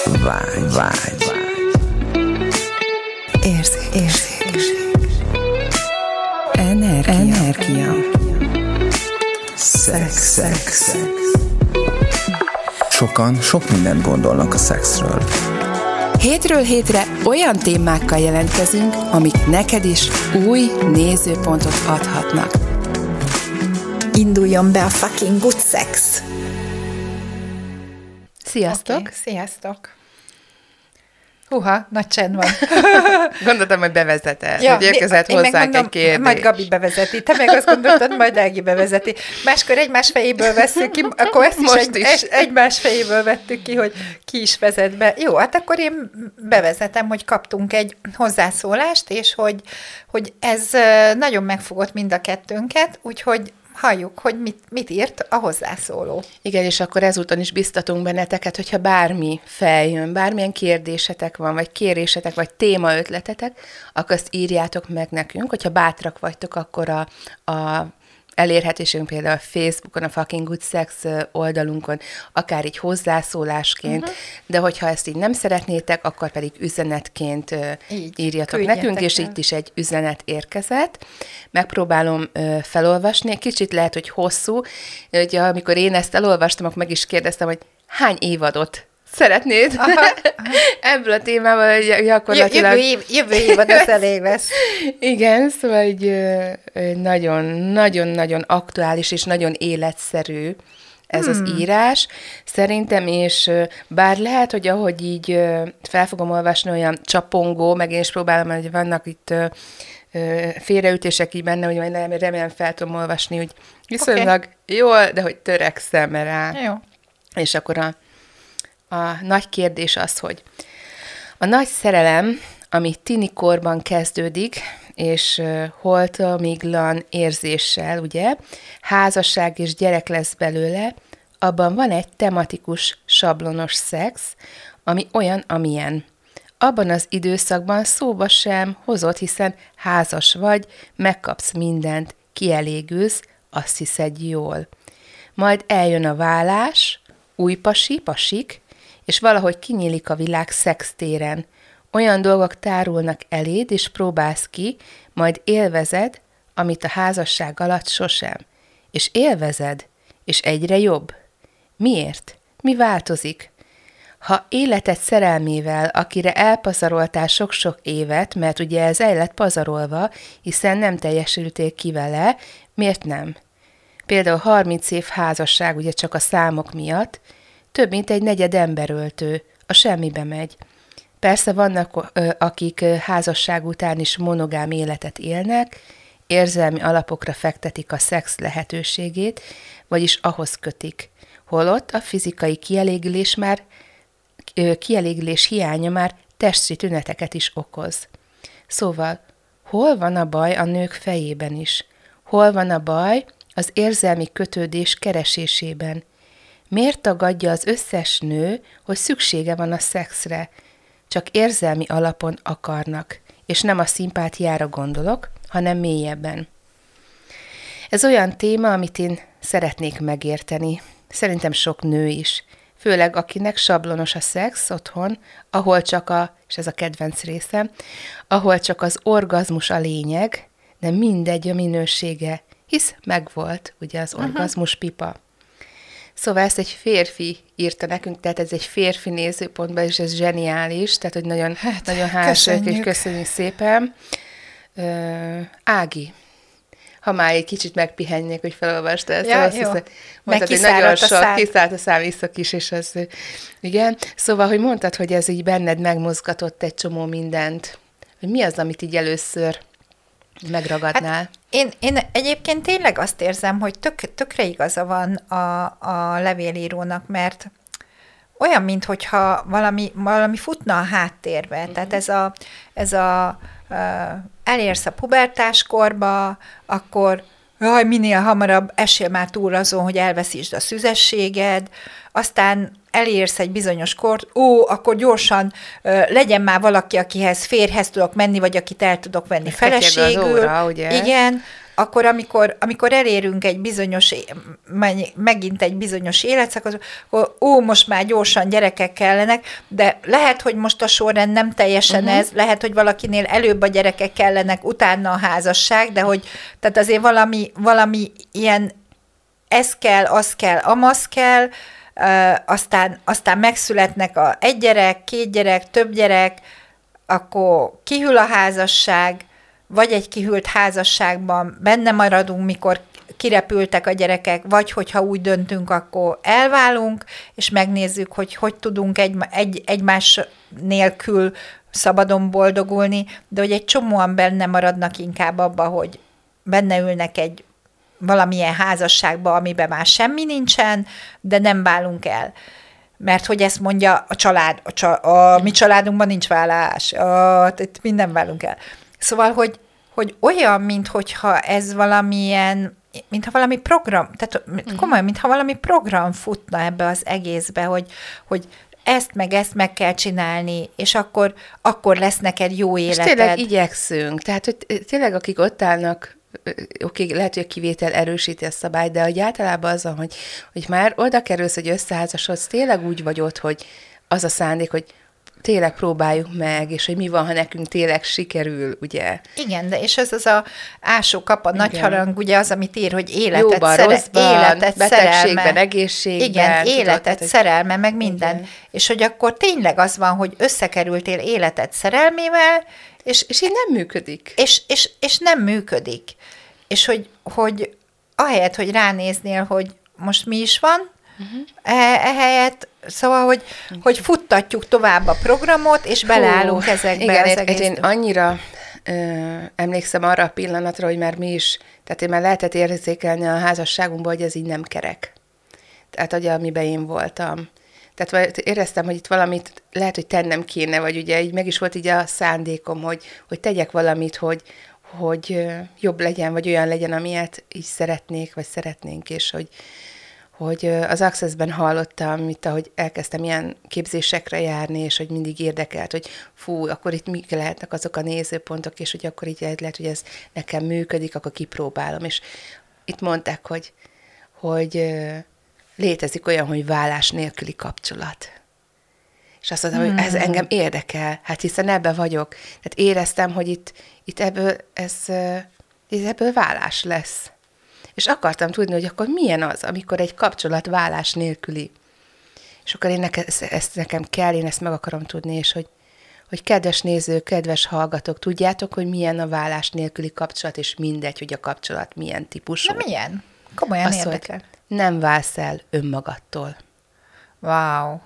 Vágy. Érzékenység. Energia. Szex. Sokan sok mindent gondolnak a szexről. Hétről hétre olyan témákkal jelentkezünk, amik neked is új nézőpontot adhatnak. Induljon be a fucking good sex! Sziasztok! Okay, sziasztok! Húha, nagy csend van. Gondoltam, hogy bevezeted, hogy érkezett hozzánk egy kérdés. Majd Gabi bevezeti. Te meg azt gondoltad, majd Ági bevezeti. Máskor egymás fejéből vesszük ki, akkor ezt is egymás fejéből vettük ki, hogy ki is vezet be. Jó, hát akkor én bevezetem, hogy kaptunk egy hozzászólást, és hogy ez nagyon megfogott mind a kettőnket, úgyhogy halljuk, hogy mit írt a hozzászóló. Igen, és akkor ezúton is biztatunk benneteket, hogyha bármi feljön, bármilyen kérdésetek van, vagy kérésetek, vagy témaötletetek, akkor azt írjátok meg nekünk. Hogyha bátrak vagytok, akkor a elérhetésünk például a Facebookon, a Fucking Good Sex oldalunkon, akár így hozzászólásként, de hogyha ezt így nem szeretnétek, akkor pedig üzenetként írjatok nekünk, és itt is egy üzenet érkezett. Megpróbálom felolvasni, kicsit lehet, hogy hosszú. Ugye, amikor én ezt elolvastam, akkor meg is kérdeztem, hogy hány évadot szeretnéd? Aha. Ebből a témával gyakorlatilag... Jövő évad az elég lesz. Igen, szóval egy nagyon-nagyon aktuális és nagyon életszerű ez az írás. Szerintem, és bár lehet, hogy ahogy így fel fogom olvasni, olyan csapongó, meg én is próbálom, hogy vannak itt félreütések így benne, hogy majd remélem fel tudom olvasni, hogy viszonylag jól, de hogy törekszem rá. Jó. És akkor a nagy kérdés az, hogy a nagy szerelem, ami tini korban kezdődik, és holtamiglan érzéssel, ugye, házasság és gyerek lesz belőle, abban van egy tematikus, sablonos szex, ami olyan, amilyen. Abban az időszakban szóba sem hozott, hiszen házas vagy, megkapsz mindent, kielégülsz, azt hiszed jól. Majd eljön a vállás, új pasik, és valahogy kinyílik a világ szextéren. Olyan dolgok tárulnak eléd, és próbálsz ki, majd élvezed, amit a házasság alatt sosem. És élvezed, és egyre jobb. Miért? Mi változik? Ha életed szerelmével, akire elpazaroltál sok-sok évet, mert ugye ez el lett pazarolva, hiszen nem teljesültél ki vele, miért nem? Például 30 év házasság, ugye csak a számok miatt, több mint egy negyed emberöltő, a semmibe megy. Persze vannak, akik házasság után is monogám életet élnek, érzelmi alapokra fektetik a szex lehetőségét, vagyis ahhoz kötik. Holott a fizikai kielégülés hiánya már testi tüneteket is okoz. Szóval, hol van a baj a nők fejében is? Hol van a baj az érzelmi kötődés keresésében? Miért tagadja az összes nő, hogy szüksége van a szexre? Csak érzelmi alapon akarnak, és nem a szimpátiára gondolok, hanem mélyebben. Ez olyan téma, amit én szeretnék megérteni. Szerintem sok nő is. Főleg akinek sablonos a szex otthon, ahol csak és ez a kedvenc részem, ahol csak az orgazmus a lényeg, de mindegy a minősége, hisz megvolt ugye az orgazmus pipa. Szóval ezt egy férfi írta nekünk, tehát ez egy férfi nézőpontban, és ez zseniális, tehát hogy nagyon hálásak, és köszönjük szépen. Ági, ha már egy kicsit megpihennék, hogy felolvasta ezt, ja, azt hiszem, mondtad, hogy nagyon sok, kiszállt a szám, iszok is, és az, igen. Szóval, hogy mondtad, hogy ez így benned megmozgatott egy csomó mindent, hogy mi az, amit így először megragadnál? Hát én egyébként tényleg azt érzem, hogy tökre igaza van a levélírónak, mert olyan, minthogyha valami futna a háttérbe. Tehát ez a elérsz a pubertáskorba, akkor minél hamarabb esél már túl azon, hogy elveszítsd a szüzességed, aztán elérsz egy bizonyos kort, akkor gyorsan legyen már valaki, akihez férjhez tudok menni, vagy akit el tudok venni feleségül. Az óra, ugye? Igen, akkor amikor elérünk egy bizonyos, megint egy bizonyos életszakot, akkor most már gyorsan gyerekek kellenek, de lehet, hogy most a sorrend nem teljesen ez, lehet, hogy valakinél előbb a gyerekek kellenek, utána a házasság, de hogy, tehát azért valami ilyen ez kell, az kell, amaz kell, aztán megszületnek egy gyerek, 2 gyerek, több gyerek, akkor kihűl a házasság, vagy egy kihűlt házasságban benne maradunk, mikor kirepültek a gyerekek, vagy hogyha úgy döntünk, akkor elválunk, és megnézzük, hogy tudunk egymás nélkül szabadon boldogulni, de hogy egy csomóan benne maradnak inkább abba, hogy benne ülnek egy valamilyen házasságba, amiben már semmi nincsen, de nem válunk el. Mert hogy ezt mondja a család, a mi családunkban nincs vállás, itt minden válunk el. Szóval, hogy olyan, mintha ez valamilyen, mintha valami program, tehát komolyan, mintha valami program futna ebbe az egészbe, hogy ezt meg kell csinálni, és akkor lesz neked jó életed. És tényleg igyekszünk. Tehát, hogy tényleg akik ott állnak, oké, lehet, hogy a kivétel erősíti a szabályt, de hogy általában az van, hogy már oda kerülsz, hogy összeházasodsz, tényleg úgy vagy ott, hogy az a szándék, hogy tényleg próbáljuk meg, és hogy mi van, ha nekünk tényleg sikerül, ugye? Igen, de és ez az a ásó-kapa nagy harang, ugye az, amit ír, hogy életet, jóban, rosszban, betegségben, szerelme. egészségben. Igen, életet, szerelme, meg minden. Igen. És hogy akkor tényleg az van, hogy összekerültél életet szerelmével, és így nem működik. És nem működik. És hogy ahelyett, hogy ránéznél, hogy most mi is van, ehelyett, szóval, hogy futtatjuk tovább a programot, és beleállunk ezekbe igen, az egész. én annyira emlékszem arra a pillanatra, hogy már mi is, tehát én már lehetett érzékelni a házasságunkban, hogy ez így nem kerek. Tehát, hogy amiben én voltam. Tehát éreztem, hogy itt valamit lehet, hogy tennem kéne, vagy ugye így meg is volt így a szándékom, hogy tegyek valamit, hogy jobb legyen, vagy olyan legyen, amilyet így szeretnék, vagy szeretnénk, és hogy az Access-ben hallottam, ahogy elkezdtem ilyen képzésekre járni, és hogy mindig érdekelt, hogy akkor itt mik lehetnek azok a nézőpontok, és hogy akkor így lehet, hogy ez nekem működik, akkor kipróbálom. És itt mondták, hogy létezik olyan, hogy vállás nélküli kapcsolat. És azt mondtam, hogy ez engem érdekel, hát hiszen ebben vagyok. Tehát éreztem, hogy itt ebből vállás lesz. És akartam tudni, hogy akkor milyen az, amikor egy kapcsolat vállás nélküli. És akkor ezt nekem kell, én ezt meg akarom tudni, és hogy kedves nézők, kedves hallgatók, tudjátok, hogy milyen a vállás nélküli kapcsolat, és mindegy, hogy a kapcsolat milyen típusú. Na milyen? Komolyan érdekel. Nem válsz el önmagadtól. Wow.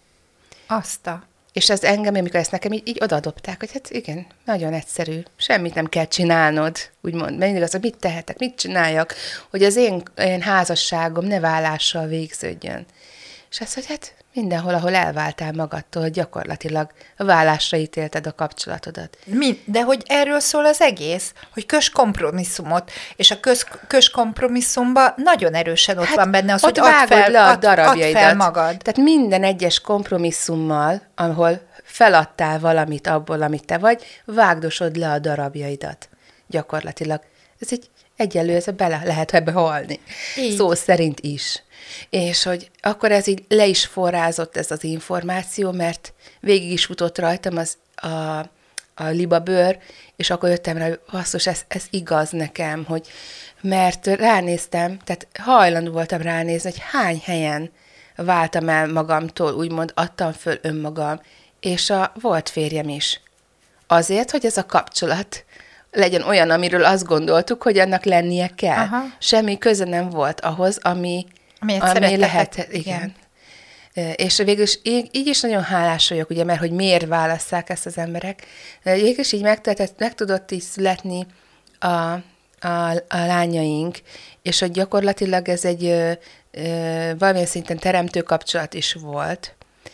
És ez engem, amikor ezt nekem így odaadobták, hogy hát igen, nagyon egyszerű, semmit nem kell csinálnod, úgymond. Mindig az, hogy mit tehetek, mit csináljak, hogy az én házasságom ne vállással végződjön. És ez, hogy hát mindenhol, ahol elváltál magadtól, gyakorlatilag a vállásra ítélted a kapcsolatodat. De hogy erről szól az egész, hogy kös kompromisszumot, és a kös kompromisszumban nagyon erősen ott van benne az, hogy add fel magad. Tehát minden egyes kompromisszummal, ahol feladtál valamit abból, amit te vagy, vágdosod le a darabjaidat. Gyakorlatilag. Ez egy egyenlő, ez bele lehet ebbe halni. Így. Szó szerint is. És hogy akkor ez így le is forrázott ez az információ, mert végig is futott rajtam a libabőr, és akkor jöttem rá, hogy basszus, ez igaz nekem, mert ránéztem, tehát hajlandó voltam ránézni, hogy hány helyen váltam el magamtól, úgymond adtam föl önmagam, és volt férjem is. Azért, hogy ez a kapcsolat legyen olyan, amiről azt gondoltuk, hogy annak lennie kell. Aha. Semmi köze nem volt ahhoz, ami lehet. Igen. És végül is így is nagyon hálás vagyok, ugye, mert hogy miért válasszák ezt az emberek. Végül is így meg tudott így születni a lányaink, és hogy gyakorlatilag ez egy valamilyen szinten teremtő kapcsolat is volt,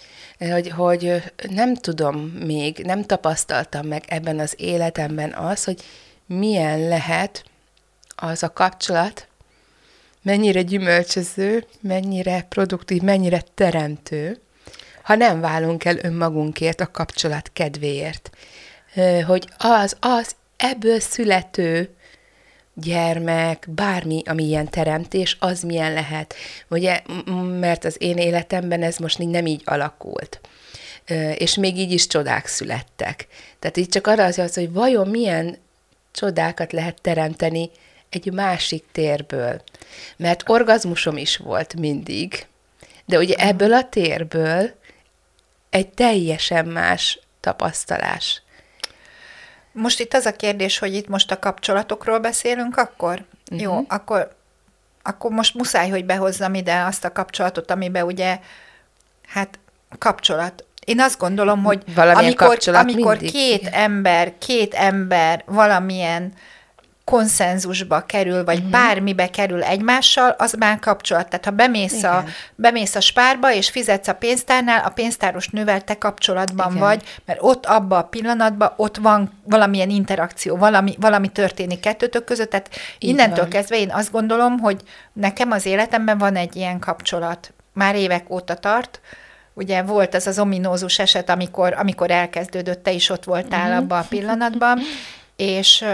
hogy nem tudom még, nem tapasztaltam meg ebben az életemben az, hogy milyen lehet az a kapcsolat, mennyire gyümölcsöző, mennyire produktív, mennyire teremtő, ha nem válunk el önmagunkért a kapcsolat kedvéért. Hogy az ebből születő gyermek, bármi, ami ilyen teremtés, az milyen lehet. Ugye, mert az én életemben ez most nem így alakult. És még így is csodák születtek. Tehát így csak arra az, hogy vajon milyen csodákat lehet teremteni egy másik térből. Mert orgazmusom is volt mindig, de ugye ebből a térből egy teljesen más tapasztalás. Most itt az a kérdés, hogy itt most a kapcsolatokról beszélünk akkor? Jó, akkor most muszáj, hogy behozzam ide azt a kapcsolatot, amiben ugye, hát kapcsolat. Én azt gondolom, hogy amikor két ember valamilyen konszenzusba kerül, vagy bármibe kerül egymással, az már kapcsolat. Tehát ha bemész a spárba, és fizetsz a pénztárnál, a pénztáros nővel te kapcsolatban vagy, mert ott abban a pillanatban ott van valamilyen interakció, valami történik kettőtök között, tehát innentől kezdve én azt gondolom, hogy nekem az életemben van egy ilyen kapcsolat. Már évek óta tart. Ugye volt ez az ominózus eset, amikor elkezdődött, te is ott voltál abban a pillanatban, és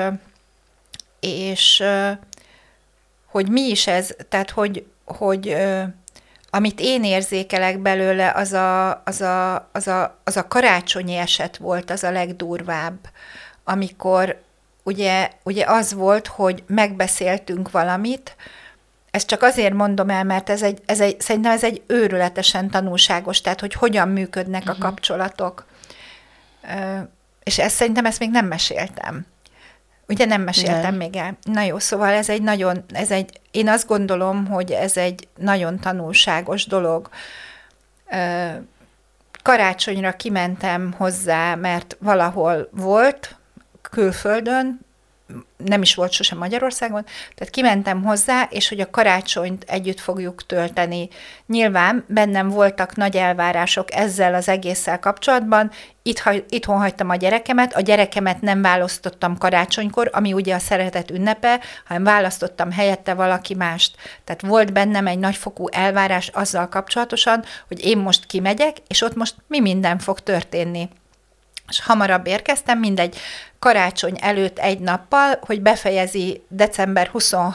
hogy mi is ez, tehát hogy amit én érzékelek belőle, az a karácsonyi eset volt, az a legdurvább, amikor ugye az volt, hogy megbeszéltünk valamit. Ezt csak azért mondom el, mert szerintem ez egy őrületesen tanulságos, tehát hogy hogyan működnek a kapcsolatok. És szerintem ezt még nem meséltem. Ugye nem meséltem még el. Na jó, szóval én azt gondolom, hogy ez egy nagyon tanulságos dolog. Karácsonyra kimentem hozzá, mert valahol volt, külföldön, nem is volt sosem Magyarországon, tehát kimentem hozzá, és hogy a karácsonyt együtt fogjuk tölteni. Nyilván bennem voltak nagy elvárások ezzel az egésszel kapcsolatban, itthon hagytam a gyerekemet nem választottam karácsonykor, ami ugye a szeretet ünnepe, hanem választottam helyette valaki mást. Tehát volt bennem egy nagyfokú elvárás azzal kapcsolatosan, hogy én most kimegyek, és ott most mi minden fog történni. És hamarabb érkeztem, mindegy, karácsony előtt egy nappal, hogy befejezi december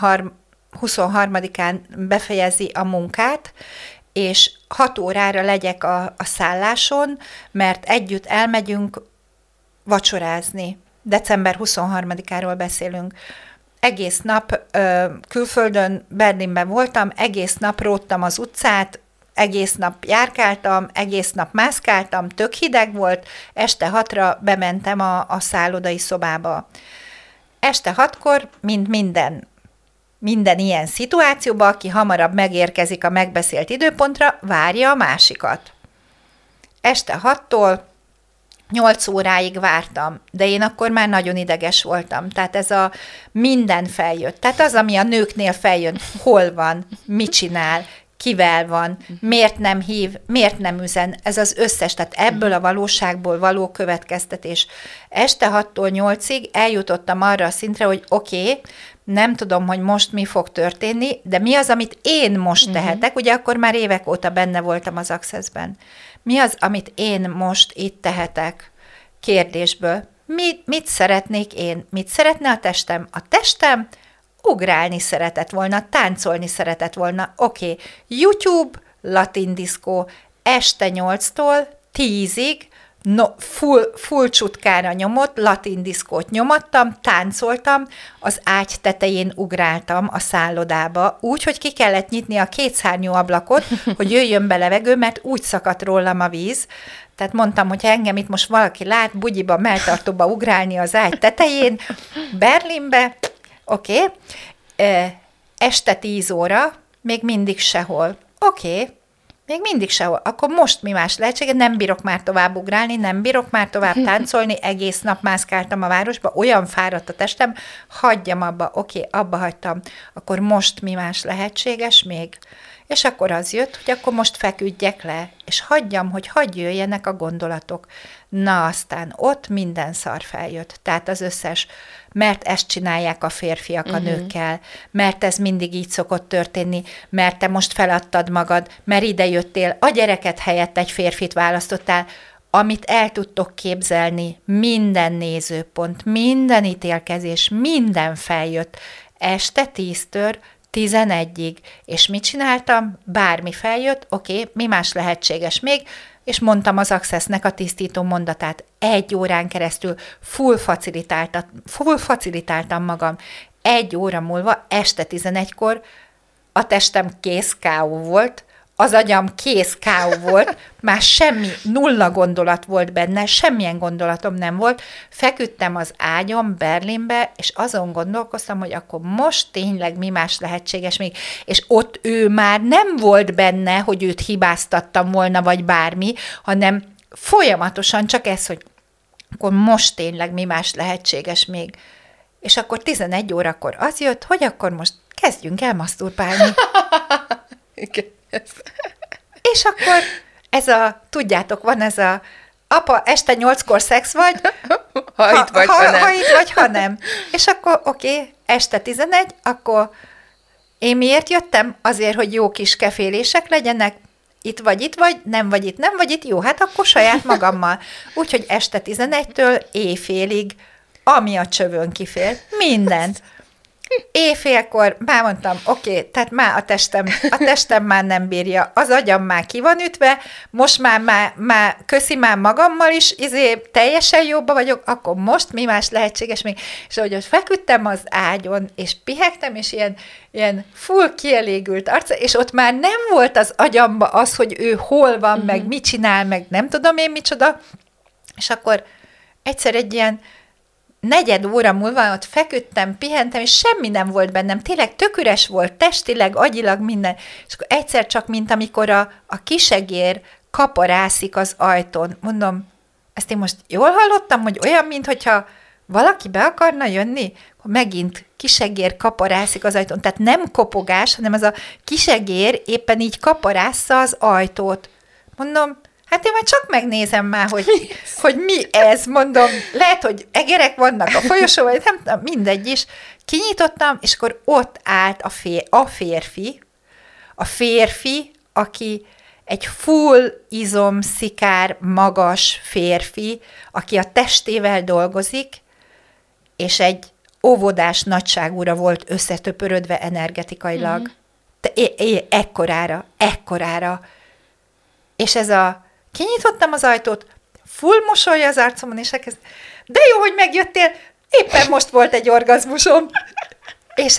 23-án befejezi a munkát, és 6 órára legyek a szálláson, mert együtt elmegyünk vacsorázni. December 23-áról beszélünk. Egész nap külföldön, Berlinben voltam, egész nap róttam az utcát, egész nap járkáltam, egész nap mászkáltam, tök hideg volt, este 6-ra bementem a szállodai szobába. Este 6-kor, mint minden ilyen szituációban, aki hamarabb megérkezik a megbeszélt időpontra, várja a másikat. Este 6-tól 8 óráig vártam, de én akkor már nagyon ideges voltam. Tehát ez a minden feljött. Tehát az, ami a nőknél feljön, hol van, mit csinál, kivel van, miért nem hív, miért nem üzen, ez az összes, tehát ebből a valóságból való következtetés. Este 6-tól 8-ig eljutottam arra a szintre, hogy oké, nem tudom, hogy most mi fog történni, de mi az, amit én most tehetek, ugye akkor már évek óta benne voltam az Accessben. Mi az, amit én most itt tehetek? Kérdésből. Mit szeretnék én? Mit szeretne a testem? A testem ugrálni szeretett volna, táncolni szeretett volna. Oké, YouTube, latin diszkó, este 8-tól 10-ig, full csutkára nyomott, latin diszkót nyomattam, táncoltam, az ágy tetején ugráltam a szállodába, úgy, hogy ki kellett nyitni a 2 szárnyú ablakot, hogy jöjjön be levegő, mert úgy szakadt rólam a víz. Tehát mondtam, hogy engem itt most valaki lát, bugyiba, melltartóba ugrálni az ágy tetején, Berlinbe, oké, este 10 óra, még mindig sehol. Oké, még mindig sehol. Akkor most mi más lehetséges? Nem bírok már tovább ugrálni, nem bírok már tovább táncolni, egész nap mászkáltam a városba, olyan fáradt a testem, hagyjam abba, oké, abba hagytam. Akkor most mi más lehetséges még? És akkor az jött, hogy akkor most feküdjek le, és hagyjam, hogy hagyj jöjjenek a gondolatok. Na aztán ott minden szar feljött. Tehát az összes, mert ezt csinálják a férfiak a nőkkel, mert ez mindig így szokott történni, mert te most feladtad magad, mert ide jöttél, a gyereket helyett egy férfit választottál, amit el tudtok képzelni, minden nézőpont, minden ítélkezés, minden feljött. este 10-től 11-ig. És mit csináltam? Bármi feljött, oké, mi más lehetséges még, és mondtam az Accessnek a tisztító mondatát. 1 órán keresztül full facilitáltam magam. 1 óra múlva, este 11-kor a testem kész káó volt, az agyam kész káó volt, már semmi, nulla gondolat volt benne, semmilyen gondolatom nem volt. Feküdtem az ágyon Berlinbe, és azon gondolkoztam, hogy akkor most tényleg mi más lehetséges még. És ott ő már nem volt benne, hogy őt hibáztattam volna, vagy bármi, hanem folyamatosan csak ez, hogy akkor most tényleg mi más lehetséges még. És akkor 11 órakor az jött, hogy akkor most kezdjünk el maszturbálni. Igen. És akkor tudjátok, van ez a apa, este 8-kor szex vagy, ha itt vagy, ha nem. Ha itt vagy, ha nem. És akkor oké, este 11, akkor én miért jöttem? Azért, hogy jó kis kefélések legyenek, itt vagy, nem vagy itt, nem vagy itt, jó, hát akkor saját magammal. Úgyhogy este 11-től éjfélig, ami a csövön kifér, mindent. Éjfélkor már mondtam, oké, tehát már a testem már nem bírja, az agyam már ki van ütve, most már köszi már magammal is, teljesen jobban vagyok, akkor most mi más lehetséges még? És ahogy ott feküdtem az ágyon, és pihegtem, és ilyen full kielégült arca, és ott már nem volt az agyamba az, hogy ő hol van, meg mit csinál, meg nem tudom én micsoda, és akkor egyszer egy ilyen 4 óra múlva ott feküdtem, pihentem, és semmi nem volt bennem. Tényleg tök üres volt, testileg, agyilag minden. És akkor egyszer csak, mint amikor a kisegér kaparászik az ajtón. Mondom, ezt én most jól hallottam, hogy olyan, mintha valaki be akarna jönni, akkor megint kisegér kaparászik az ajtón. Tehát nem kopogás, hanem az a kisegér éppen így kaparásza az ajtót. Mondom, hát én majd csak megnézem már, hogy mi ez, mondom, lehet, hogy egerek vannak a folyosón, vagy nem tudom, mindegy is. Kinyitottam, és akkor ott állt a férfi, aki egy full izomszikár, magas férfi, aki a testével dolgozik, és egy óvodás nagyságúra volt összetöpörödve energetikailag. Ekkorára. És kinyitottam az ajtót, full mosolya az arcomon, és elkezd, de jó, hogy megjöttél, éppen most volt egy orgazmusom. És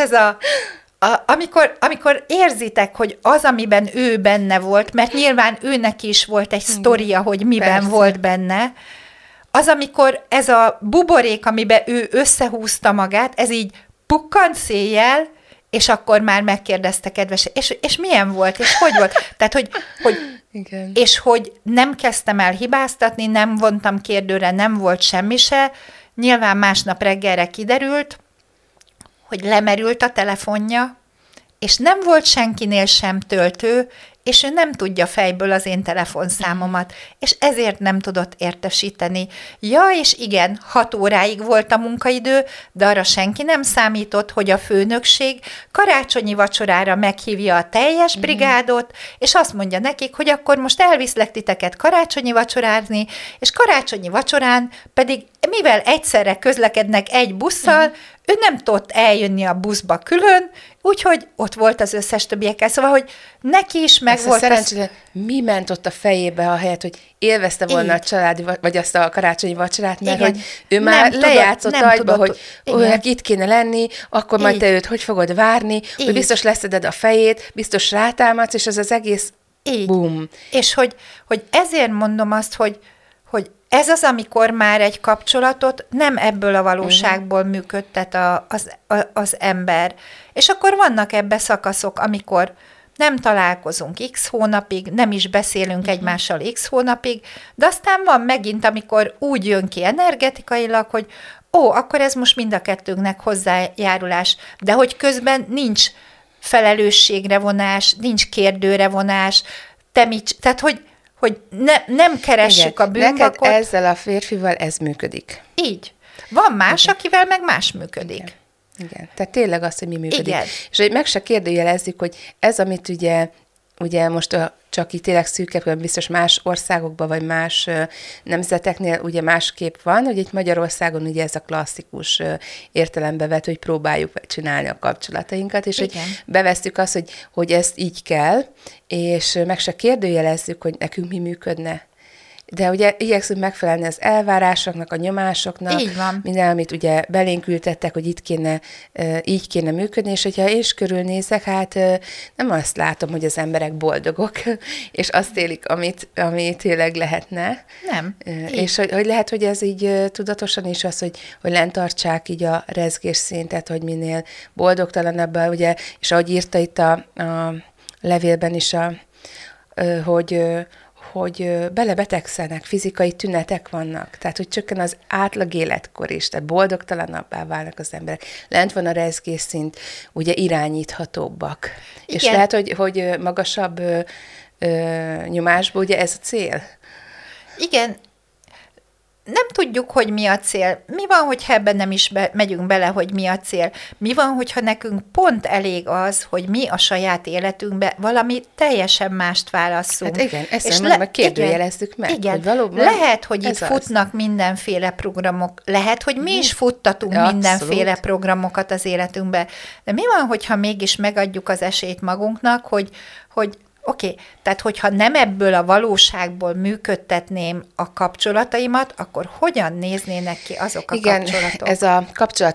amikor érzitek, hogy az, amiben ő benne volt, mert nyilván őnek is volt egy sztoria, hogy miben persze volt benne, az, amikor ez a buborék, amiben ő összehúzta magát, ez így pukkant széjjel, és akkor már megkérdezte kedves, és milyen volt, és hogy volt? Tehát, hogy igen. És hogy nem kezdtem el hibáztatni, nem vontam kérdőre, nem volt semmi se. Nyilván másnap reggelre kiderült, hogy lemerült a telefonja, és nem volt senkinél sem töltő, és ő nem tudja fejből az én telefonszámomat, és ezért nem tudott értesíteni. Ja, és igen, 6 óráig volt a munkaidő, de arra senki nem számított, hogy a főnökség karácsonyi vacsorára meghívja a teljes brigádot, és azt mondja nekik, hogy akkor most elviszlek titeket karácsonyi vacsorázni, és karácsonyi vacsorán pedig, mivel egyszerre közlekednek egy busszal, ő nem tudott eljönni a buszba külön, úgyhogy ott volt az összes többiekkel. Szóval, hogy neki is meg ezt volt... Szerencsére mi ment ott a fejébe a helyet, hogy élvezte volna a családi, vagy azt a karácsonyi vacsorát, mert igen. hogy ő már lejátszott agyba, hogy itt kéne lenni, akkor majd te őt hogy fogod várni, hogy biztos leszeded a fejét, biztos rátámadsz, és ez az egész bum. És hogy ezért mondom azt, hogy ez az, amikor már egy kapcsolatot nem ebből a valóságból működtet az ember. És akkor vannak ebbe szakaszok, amikor nem találkozunk x hónapig, nem is beszélünk egymással x hónapig, de aztán van megint, amikor úgy jön ki energetikailag, hogy akkor ez most mind a kettőnknek hozzájárulás, de hogy közben nincs felelősségre vonás, nincs kérdőre vonás, tehát hogy nem keressük igen, a bűnbakot. Neked ezzel a férfival ez működik. Így. Van más, akivel meg más működik. Igen. Tehát tényleg az, hogy mi működik. Igen. És hogy meg se kérdőjelezzük, hogy ez, amit ugye ugye most csak így tényleg szűkebb, biztos más országokban, vagy más nemzeteknél ugye másképp van, hogy itt Magyarországon ugye ez a klasszikus értelembe vett, hogy próbáljuk csinálni a kapcsolatainkat, és Igen. hogy bevesszük azt, hogy ezt így kell, és meg se kérdőjelezzük, hogy nekünk mi működne. De ugye igyekszünk megfelelni az elvárásoknak, a nyomásoknak, Így van. minden, amit ugye belénk ültettek, hogy itt kéne, így kéne működni, és hogyha én is körülnézek, hát nem azt látom, hogy az emberek boldogok, és azt élik, ami tényleg lehetne. Nem. És hogy lehet, hogy ez így tudatosan is az, hogy lent tartsák így a rezgés szintet, hogy minél boldogtalanabb, ugye, és ahogy írta itt a levélben is, hogy belebetegszenek, fizikai tünetek vannak, tehát hogy csökken az átlag életkor is, tehát boldogtalanabbá válnak az emberek. Lent van a rezgésszint, ugye irányíthatóbbak. Igen. És lehet, hogy magasabb nyomásból, ugye ez a cél? Igen. Nem tudjuk, hogy mi a cél. Mi van, hogyha ebben nem is megyünk bele, hogy mi a cél? Mi van, hogyha nekünk pont elég az, hogy mi a saját életünkben valami teljesen mást válasszunk? Hát igen, ezt mondom, hogy kérdőjelezzük meg. Igen. Hogy valóban lehet, hogy itt futnak mindenféle programok, lehet, hogy mi is futtatunk mindenféle programokat az életünkbe, de mi van, hogyha mégis megadjuk az esélyt magunknak, hogy Oké, tehát hogyha nem ebből a valóságból működtetném a kapcsolataimat, akkor hogyan néznének ki azok a kapcsolatok? Igen, ez a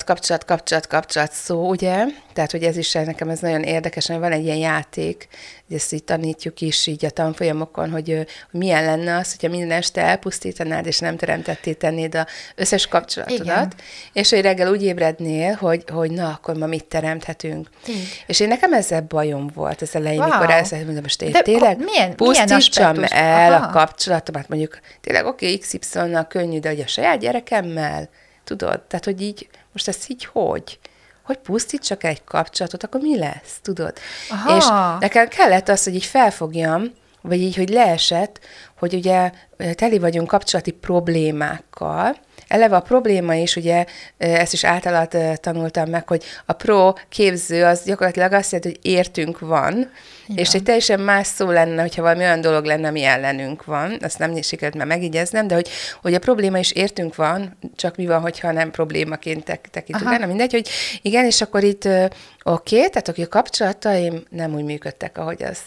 kapcsolat szó, ugye? Tehát, hogy ez is nekem ez nagyon érdekes, hogy van egy ilyen játék, hogy ezt így tanítjuk is így a tanfolyamokon, hogy milyen lenne az, hogyha minden este elpusztítanád, és nem teremtetté tennéd az összes kapcsolatodat, igen. És hogy reggel úgy ébrednél, hogy na, akkor ma mit teremthetünk. Igen. És én nekem ezzel bajom volt az elején, mikor elszedtem, most én tényleg pusztítsam el a kapcsolatomat, mondjuk tényleg oké, XY-nal könnyű, de hogy a saját gyerekemmel, tudod? Tehát, hogy így, most ez így hogy pusztítsak egy kapcsolatot, akkor mi lesz, tudod? Aha. És nekem kellett az, hogy így felfogjam, vagy így, hogy leesett, hogy ugye teli vagyunk kapcsolati problémákkal. Eleve a probléma is, ugye, ezt is általad tanultam meg, hogy a képző az gyakorlatilag azt jelenti, hogy értünk van, ja. És egy teljesen más szó lenne, hogyha valami olyan dolog lenne, ami ellenünk van, azt nem sikerült már megigyeznem, de hogy a probléma is értünk van, csak mi van, hogyha nem problémaként tekintünk benne, mindegy, hogy igen, és akkor itt oké, tehát a kapcsolataim nem úgy működtek, ahogy azt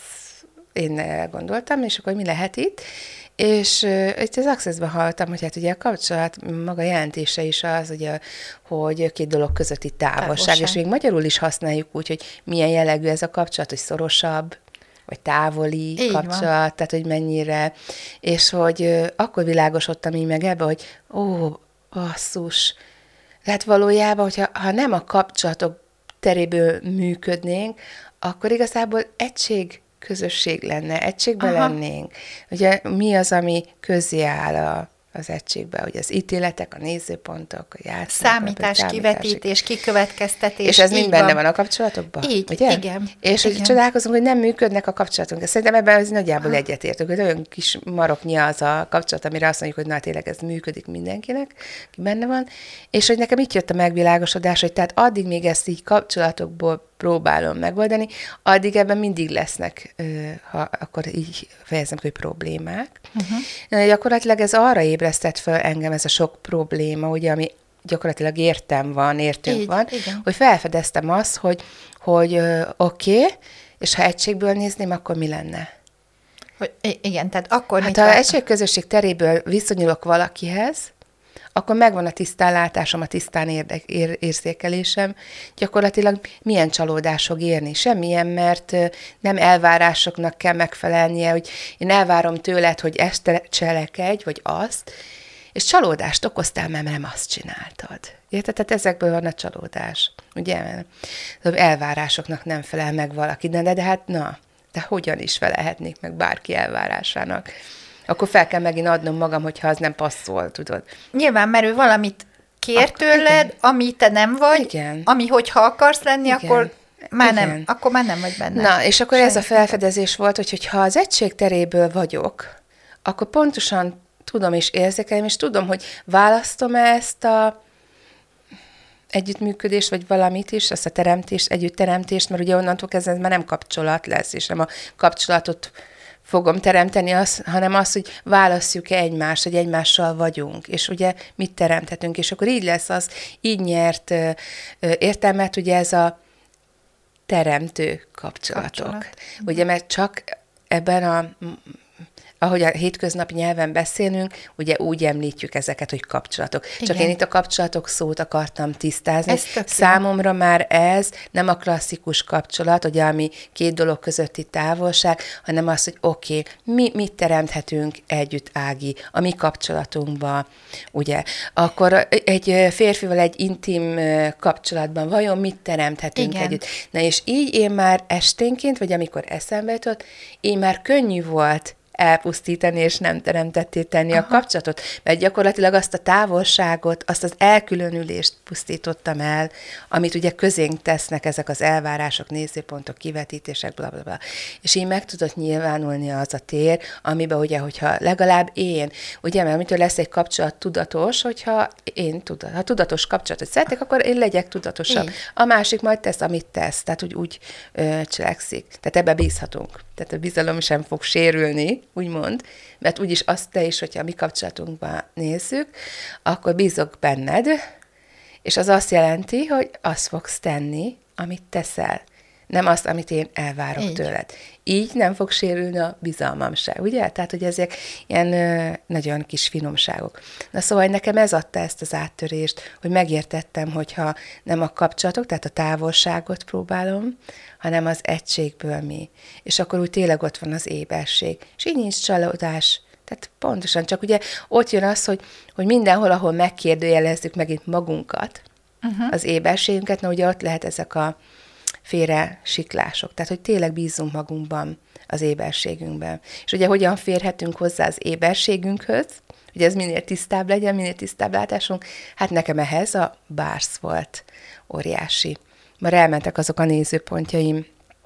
én gondoltam, és akkor mi lehet itt? És itt az Access-ben hallottam, hogy hát ugye a kapcsolat maga jelentése is az, ugye, hogy két dolog közötti távolság, és még magyarul is használjuk úgy, hogy milyen jellegű ez a kapcsolat, hogy szorosabb, vagy távoli így kapcsolat, van. Tehát hogy mennyire, és hogy akkor világosodtam így meg ebbe, hogy basszus, hát valójában, hogyha nem a kapcsolatok teréből működnénk, akkor igazából közösség lenne, egységben lennénk. Ugye mi az, ami közé áll az egységbe, hogy az ítéletek, a nézőpontok, a játszmák. Számítás, kivetítés, kikövetkeztetés. És ez mind benne van a kapcsolatokban? Így, ugye? igen. És igen. hogy csodálkozunk, hogy nem működnek a kapcsolatunk. Szerintem ebben az nagyjából egyetértünk, hogy olyan kis maroknyi az a kapcsolat, amire azt mondjuk, hogy na tényleg ez működik mindenkinek, ki benne van. És hogy nekem itt jött a megvilágosodás, hogy tehát addig még ezt így kapcsolatokból próbálom megoldani, addig ebben mindig lesznek, ha akkor így fejezem, hogy problémák. Gyakorlatilag ez arra ébresztett fel engem, ez a sok probléma, ugye, ami gyakorlatilag értünk van, igen. Hogy felfedeztem azt, hogy oké, és ha egységből nézném, akkor mi lenne? Igen, tehát akkor... Hát ha egységközösség teréből viszonyulok valakihez, akkor megvan a tisztán látásom, a tisztán érzékelésem. Gyakorlatilag milyen csalódás fog érni? Semmilyen, mert nem elvárásoknak kell megfelelnie, hogy én elvárom tőled, hogy ezt cselekedj, vagy azt, és csalódást okoztál, mert nem azt csináltad. Érted? Tehát ezekből van a csalódás. Ugye? Elvárásoknak nem felel meg valaki, de hát de hogyan is felelhetnék meg bárki elvárásának? Akkor fel kell megint adnom magam, hogyha az nem passzol, tudod. Nyilván, mert ő valamit kér tőled, igen. Ami te nem vagy, igen. Ami hogyha akarsz lenni, igen. Akkor már nem vagy benne. Na, és akkor ez a felfedezés volt, hogy ha az egység teréből vagyok, akkor pontosan tudom és érzékelem, és tudom, hogy választom ezt együttműködést, vagy valamit is, azt a teremtést, együttteremtést, mert ugye onnantól kezdve ez már nem kapcsolat lesz, és nem a kapcsolatot fogom teremteni, hanem azt, hogy válasszuk-e egymást, hogy egymással vagyunk, és ugye mit teremthetünk, és akkor így lesz az, így nyert értelmet, ugye ez a teremtő kapcsolatok. Ugye, mert csak ebben ahogy a hétköznapi nyelven beszélünk, ugye úgy említjük ezeket, hogy kapcsolatok. Igen. Csak én itt a kapcsolatok szót akartam tisztázni. Számomra már ez nem a klasszikus kapcsolat, ugye, ami két dolog közötti távolság, hanem az, hogy oké, mit teremthetünk együtt, Ági, a mi kapcsolatunkban, ugye. Akkor egy férfival egy intim kapcsolatban vajon mit teremthetünk együtt? Na és így én már esténként, vagy amikor eszembe jutott, én már könnyű volt elpusztítani, és nem teremtetté tenni a kapcsolatot, mert gyakorlatilag azt a távolságot, azt az elkülönülést pusztítottam el, amit ugye közénk tesznek ezek az elvárások, nézőpontok, kivetítések, blablabla. És így meg tudott nyilvánulni az a tér, amiben ugye, hogyha legalább én, ugye, mert amitől lesz egy kapcsolat tudatos, hogyha ha tudatos kapcsolatot szeretnék, akkor én legyek tudatosabb. Így. A másik majd tesz, amit tesz, tehát úgy cselekszik. Tehát ebbe bízhatunk. Tehát a bizalom sem fog sérülni, úgymond, mert úgyis azt te is, hogyha a mi kapcsolatunkban nézzük, akkor bízok benned, és az azt jelenti, hogy azt fogsz tenni, amit teszel. Nem azt, amit én elvárok tőled. Így nem fog sérülni a bizalmam se, ugye? Tehát, hogy ezek ilyen nagyon kis finomságok. Na szóval nekem ez adta ezt az áttörést, hogy megértettem, hogyha nem a kapcsolatok, tehát a távolságot próbálom, hanem az egységből mi. És akkor úgy tényleg ott van az éberség. És így nincs csalódás. Tehát pontosan, csak ugye ott jön az, hogy mindenhol, ahol megkérdőjelezzük megint magunkat, az éberségünket, na ugye ott lehet ezek a félre siklások. Tehát, hogy tényleg bízzunk magunkban, az éberségünkben. És ugye hogyan férhetünk hozzá az éberségünkhöz, hogy ez minél tisztább legyen, minél tisztább látásunk, hát nekem ehhez a bársz volt óriási. Már elmentek azok a nézőpontjaim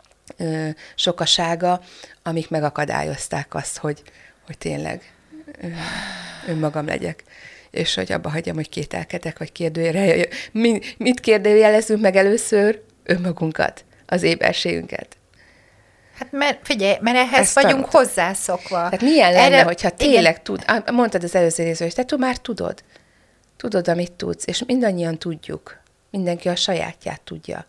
sokasága, amik megakadályozták azt, hogy tényleg önmagam legyek. És hogy abba hagyjam, hogy kételkedek, vagy kérdőjelezünk. Mit kérdőjelezünk meg először? Önmagunkat, az éberségünket. Hát mert ehhez ezt vagyunk hozzászokva. Tehát milyen lenne, hogyha tényleg mondtad az előző részben, hogy te már tudod. Tudod, amit tudsz, és mindannyian tudjuk. Mindenki a sajátját tudja.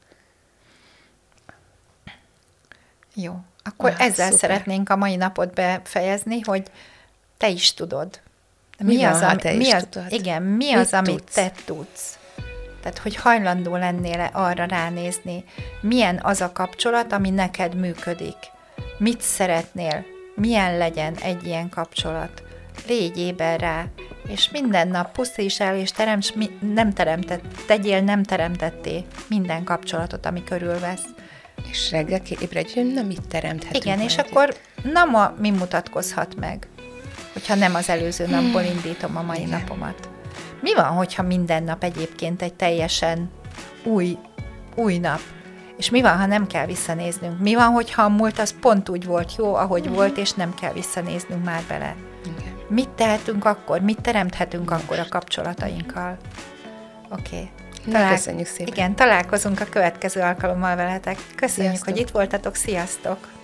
Jó. Akkor ezzel szeretnénk a mai napot befejezni, hogy te is tudod. Mi az, amit te tudsz? Tehát, hogy hajlandó lennél arra ránézni, milyen az a kapcsolat, ami neked működik. Mit szeretnél? Milyen legyen egy ilyen kapcsolat? Légy éber rá, és minden nap pusztíts el, és tegyél nem teremtetté minden kapcsolatot, ami körülvesz. És reggel ébredj, hogy mit teremthetünk. Igen, és akkor mi mutatkozhat meg, hogyha nem az előző napból indítom a mai napomat. Mi van, hogyha minden nap egyébként egy teljesen új nap? És mi van, ha nem kell visszanéznünk? Mi van, hogyha a múlt az pont úgy volt jó, ahogy volt, és nem kell visszanéznünk már bele? Igen. Mit tehetünk akkor? Mit teremthetünk akkor a kapcsolatainkkal? Oké. Köszönjük szépen. Igen, találkozunk a következő alkalommal veletek. Köszönjük, hogy itt voltatok. Sziasztok!